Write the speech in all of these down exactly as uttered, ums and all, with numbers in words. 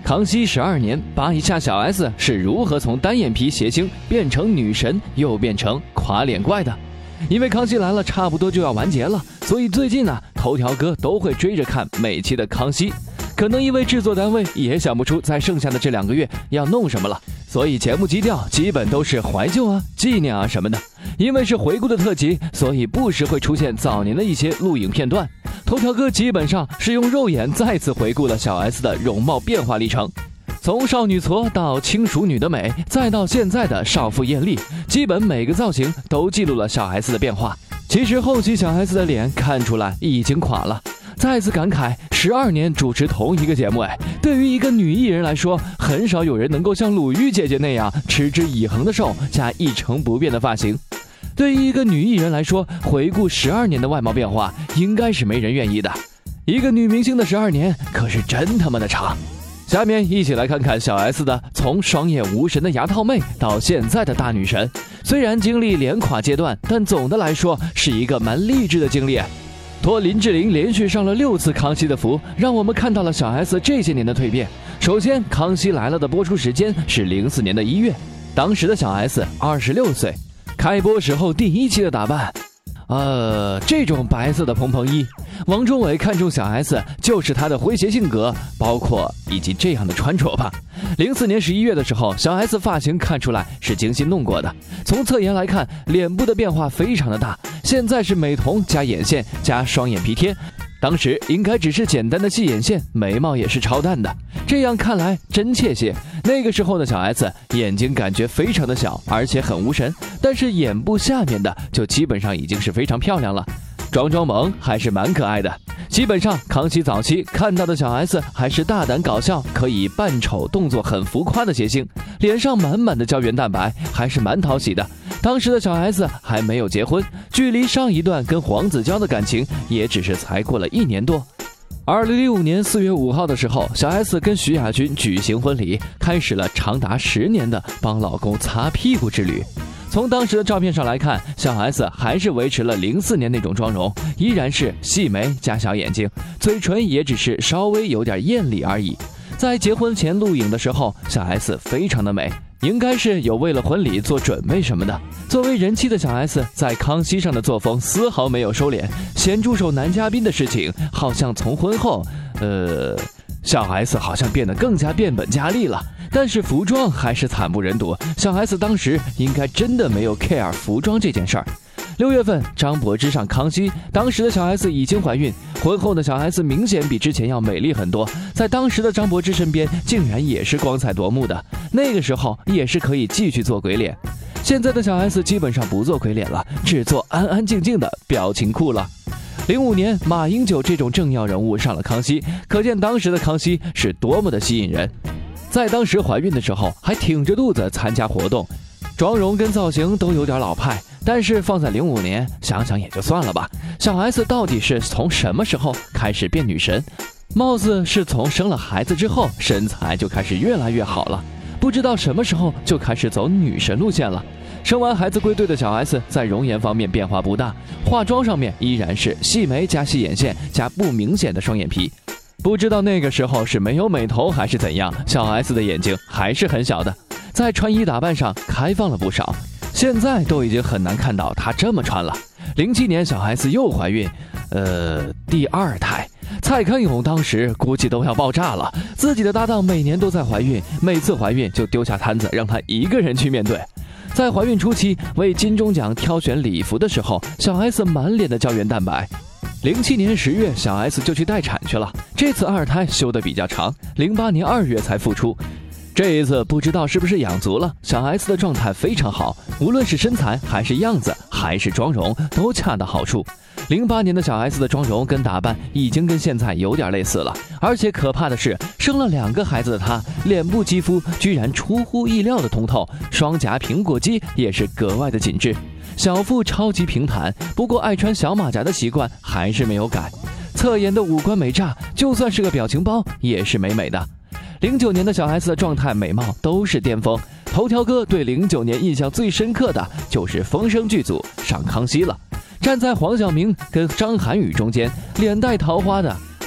康熙十二年，扒一下小 S 是如何从单眼皮谐星变成女神，又变成垮脸怪的。因为康熙来了差不多就要完结了，所以最近呢，头条哥都会追着看每期的康熙。可能因为制作单位也想不出在剩下的这两个月要弄什么了，所以节目基调基本都是怀旧啊、纪念啊什么的。因为是回顾的特辑，所以不时会出现早年的一些录影片段。头条哥基本上是用肉眼再次回顾了小 S 的容貌变化历程，从少女矬到轻熟女的美，再到现在的少妇艳丽，基本每个造型都记录了小 S 的变化。其实后期小 S 的脸看出来已经垮了。再次感慨，十二年主持同一个节目，哎，对于一个女艺人来说，很少有人能够像鲁豫姐姐那样持之以恒的瘦加一成不变的发型。对于一个女艺人来说，回顾十二年的外貌变化，应该是没人愿意的。一个女明星的十二年可是真他妈的长。下面一起来看看小 S 的从双眼无神的牙套妹到现在的大女神。虽然经历连垮阶段，但总的来说是一个蛮励志的经历。托林志玲连续上了六次康熙的福，让我们看到了小 S 这些年的蜕变。首先，康熙来了的播出时间是零四年的一月，当时的小 S 二十六岁，开播时候第一期的打扮，呃，这种白色的蓬蓬衣。王中伟看中小 S 就是她的诙谐性格，包括以及这样的穿着吧。零四年十一月的时候，小 S 发型看出来是精心弄过的。从侧颜来看，脸部的变化非常的大，现在是美瞳加眼线加双眼皮贴，当时应该只是简单的细眼线，眉毛也是超淡的，这样看来真切些。那个时候的小 S 眼睛感觉非常的小，而且很无神，但是眼部下面的就基本上已经是非常漂亮了。装装萌还是蛮可爱的。基本上康熙早期看到的小 S 还是大胆搞笑，可以扮丑动作很浮夸的谐星，脸上满满的胶原蛋白，还是蛮讨喜的。当时的小 S 还没有结婚，距离上一段跟黄子佼的感情也只是才过了一年多。二零零五年四月五号的时候，小 S 跟徐亚军举行婚礼，开始了长达十年的帮老公擦屁股之旅。从当时的照片上来看，小 S 还是维持了零四年那种妆容，依然是细眉加小眼睛，嘴唇也只是稍微有点艳丽而已。在结婚前录影的时候，小 S 非常的美，应该是有为了婚礼做准备什么的。作为人妻的小 S 在康熙上的作风丝毫没有收敛，咸猪手男嘉宾的事情好像从婚后呃小 S 好像变得更加变本加厉了，但是服装还是惨不忍睹。小 S 当时应该真的没有 care 服装这件事儿。六月份，张柏芝上康熙，当时的小 S 已经怀孕，婚后的小 S 明显比之前要美丽很多，在当时的张柏芝身边竟然也是光彩夺目的，那个时候也是可以继续做鬼脸。现在的小 S 基本上不做鬼脸了，只做安安静静的表情酷了。零五年，马英九这种政要人物上了康熙，可见当时的康熙是多么的吸引人。在当时怀孕的时候还挺着肚子参加活动，妆容跟造型都有点老派，但是放在零五年想想也就算了吧。小 S 到底是从什么时候开始变女神？貌似是从生了孩子之后，身材就开始越来越好了，不知道什么时候就开始走女神路线了。生完孩子归队的小 S 在容颜方面变化不大，化妆上面依然是细眉加细眼线加不明显的双眼皮。不知道那个时候是没有美瞳还是怎样，小 S 的眼睛还是很小的。在穿衣打扮上开放了不少，现在都已经很难看到她这么穿了。零七年小 S 又怀孕，呃，第二胎。蔡康永当时估计都要爆炸了，自己的搭档每年都在怀孕，每次怀孕就丢下摊子让她一个人去面对。在怀孕初期为金钟奖挑选礼服的时候，小 S 满脸的胶原蛋白。零七年十月小 S 就去待产去了，这次二胎休得比较长，零八年二月才复出。这一次不知道是不是养足了，小 S 的状态非常好，无论是身材还是样子还是妆容都恰到好处。零八年的小 S 的妆容跟打扮已经跟现在有点类似了，而且可怕的是，生了两个孩子的她，脸部肌肤居然出乎意料的通透，双颊苹果肌也是格外的紧致，小腹超级平坦，不过爱穿小马甲的习惯还是没有改。侧颜的五官美炸，就算是个表情包也是美美的。零九年的小 S 的状态美貌都是巅峰，头条哥对零九年印象最深刻的就是风声剧组上康熙了，站在黄晓明跟张涵予中间，脸带桃花的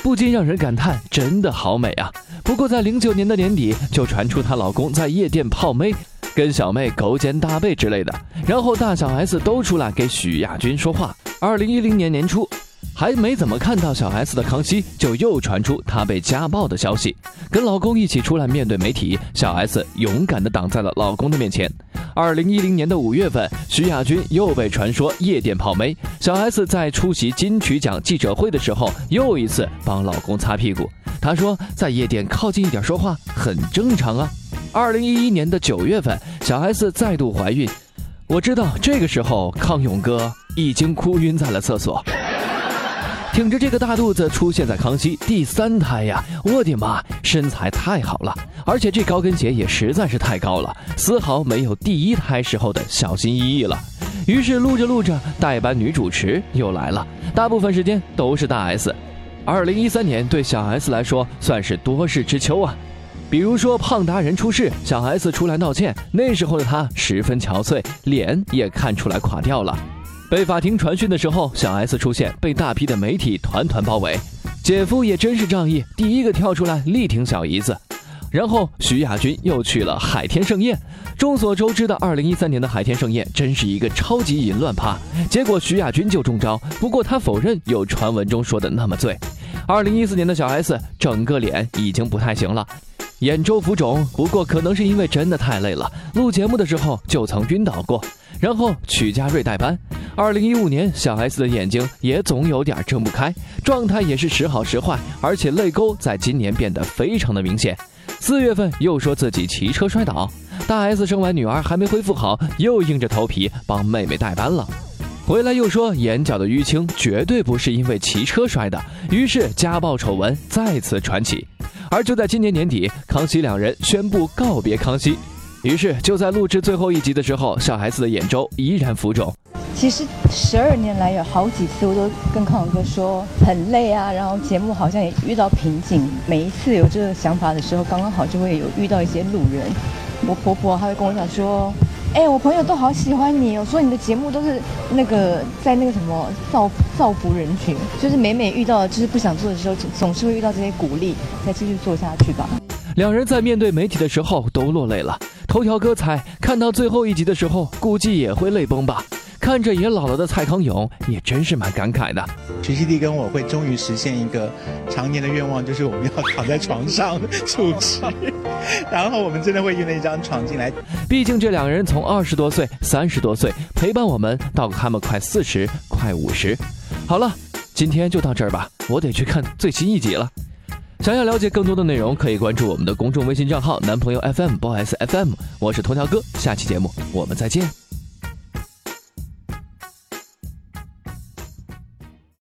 不禁让人感叹，真的好美啊。不过在零九年的年底，就传出她老公在夜店泡妹，跟小妹勾肩搭背之类的，然后大小 S 都出来给许亚军说话。二零一零年年初，还没怎么看到小 S 的康熙，就又传出她被家暴的消息。跟老公一起出来面对媒体，小 S 勇敢地挡在了老公的面前。二零一零年的五月份，徐亚军又被传说夜店泡妹，小 S 在出席金曲奖记者会的时候，又一次帮老公擦屁股。她说，在夜店靠近一点说话很正常啊。二零一一年的九月份，小 S 再度怀孕，我知道这个时候康永哥已经哭晕在了厕所。挺着这个大肚子出现在康熙，第三胎呀！我的妈，身材太好了，而且这高跟鞋也实在是太高了，丝毫没有第一胎时候的小心翼翼了。于是录着录着，代班女主持又来了，大部分时间都是大 S。二零一三年对小 S 来说算是多事之秋啊，比如说胖达人出事，小 S 出来道歉，那时候的她十分憔悴，脸也看出来垮掉了。被法庭传讯的时候，小 S 出现，被大批的媒体团团包围。姐夫也真是仗义，第一个跳出来力挺小姨子。然后徐亚军又去了海天盛宴。众所周知的二零一三年的海天盛宴真是一个超级淫乱趴，结果徐亚军就中招，不过他否认有传闻中说的那么醉。二零一四年的小 S 整个脸已经不太行了，眼周浮肿，不过可能是因为真的太累了，录节目的时候就曾晕倒过。然后曲家瑞代班。二零一五年，小 S 的眼睛也总有点睁不开，状态也是时好时坏，而且泪沟在今年变得非常的明显。四月份又说自己骑车摔倒，大 S 生完女儿还没恢复好，又硬着头皮帮妹妹代班了。回来又说眼角的淤青绝对不是因为骑车摔的，于是家暴丑闻再次传起。而就在今年年底，康熙两人宣布告别康熙。于是就在录制最后一集的时候，小 S 的眼周依然浮肿。 其实十二年来有好几次我都跟康永哥说很累啊，然后节目好像也遇到瓶颈，每一次有这个想法的时候，刚刚好就会有遇到一些路人。我婆婆她会跟我讲说，哎、欸，我朋友都好喜欢你，我说你的节目都是那个在那个什么造造福人群，就是每每遇到就是不想做的时候，总是会遇到这些鼓励，再继续做下去吧。 两人在面对媒体的时候都落泪了。头条哥猜看到最后一集的时候，估计也会泪崩吧。看着也老了的蔡康永也真是蛮感慨的。 徐熙娣跟我会终于实现一个常年的愿望，就是我们要躺在床上主持，然后我们真的会运了一张床进来。 毕竟这两个人从二十多岁、三十多岁陪伴我们到他们快四十、快五十。好了，今天就到这儿吧，我得去看最新一集了。想要了解更多的内容，可以关注我们的公众微信账号男朋友 F M boys F M， 我是头条哥，下期节目我们再见。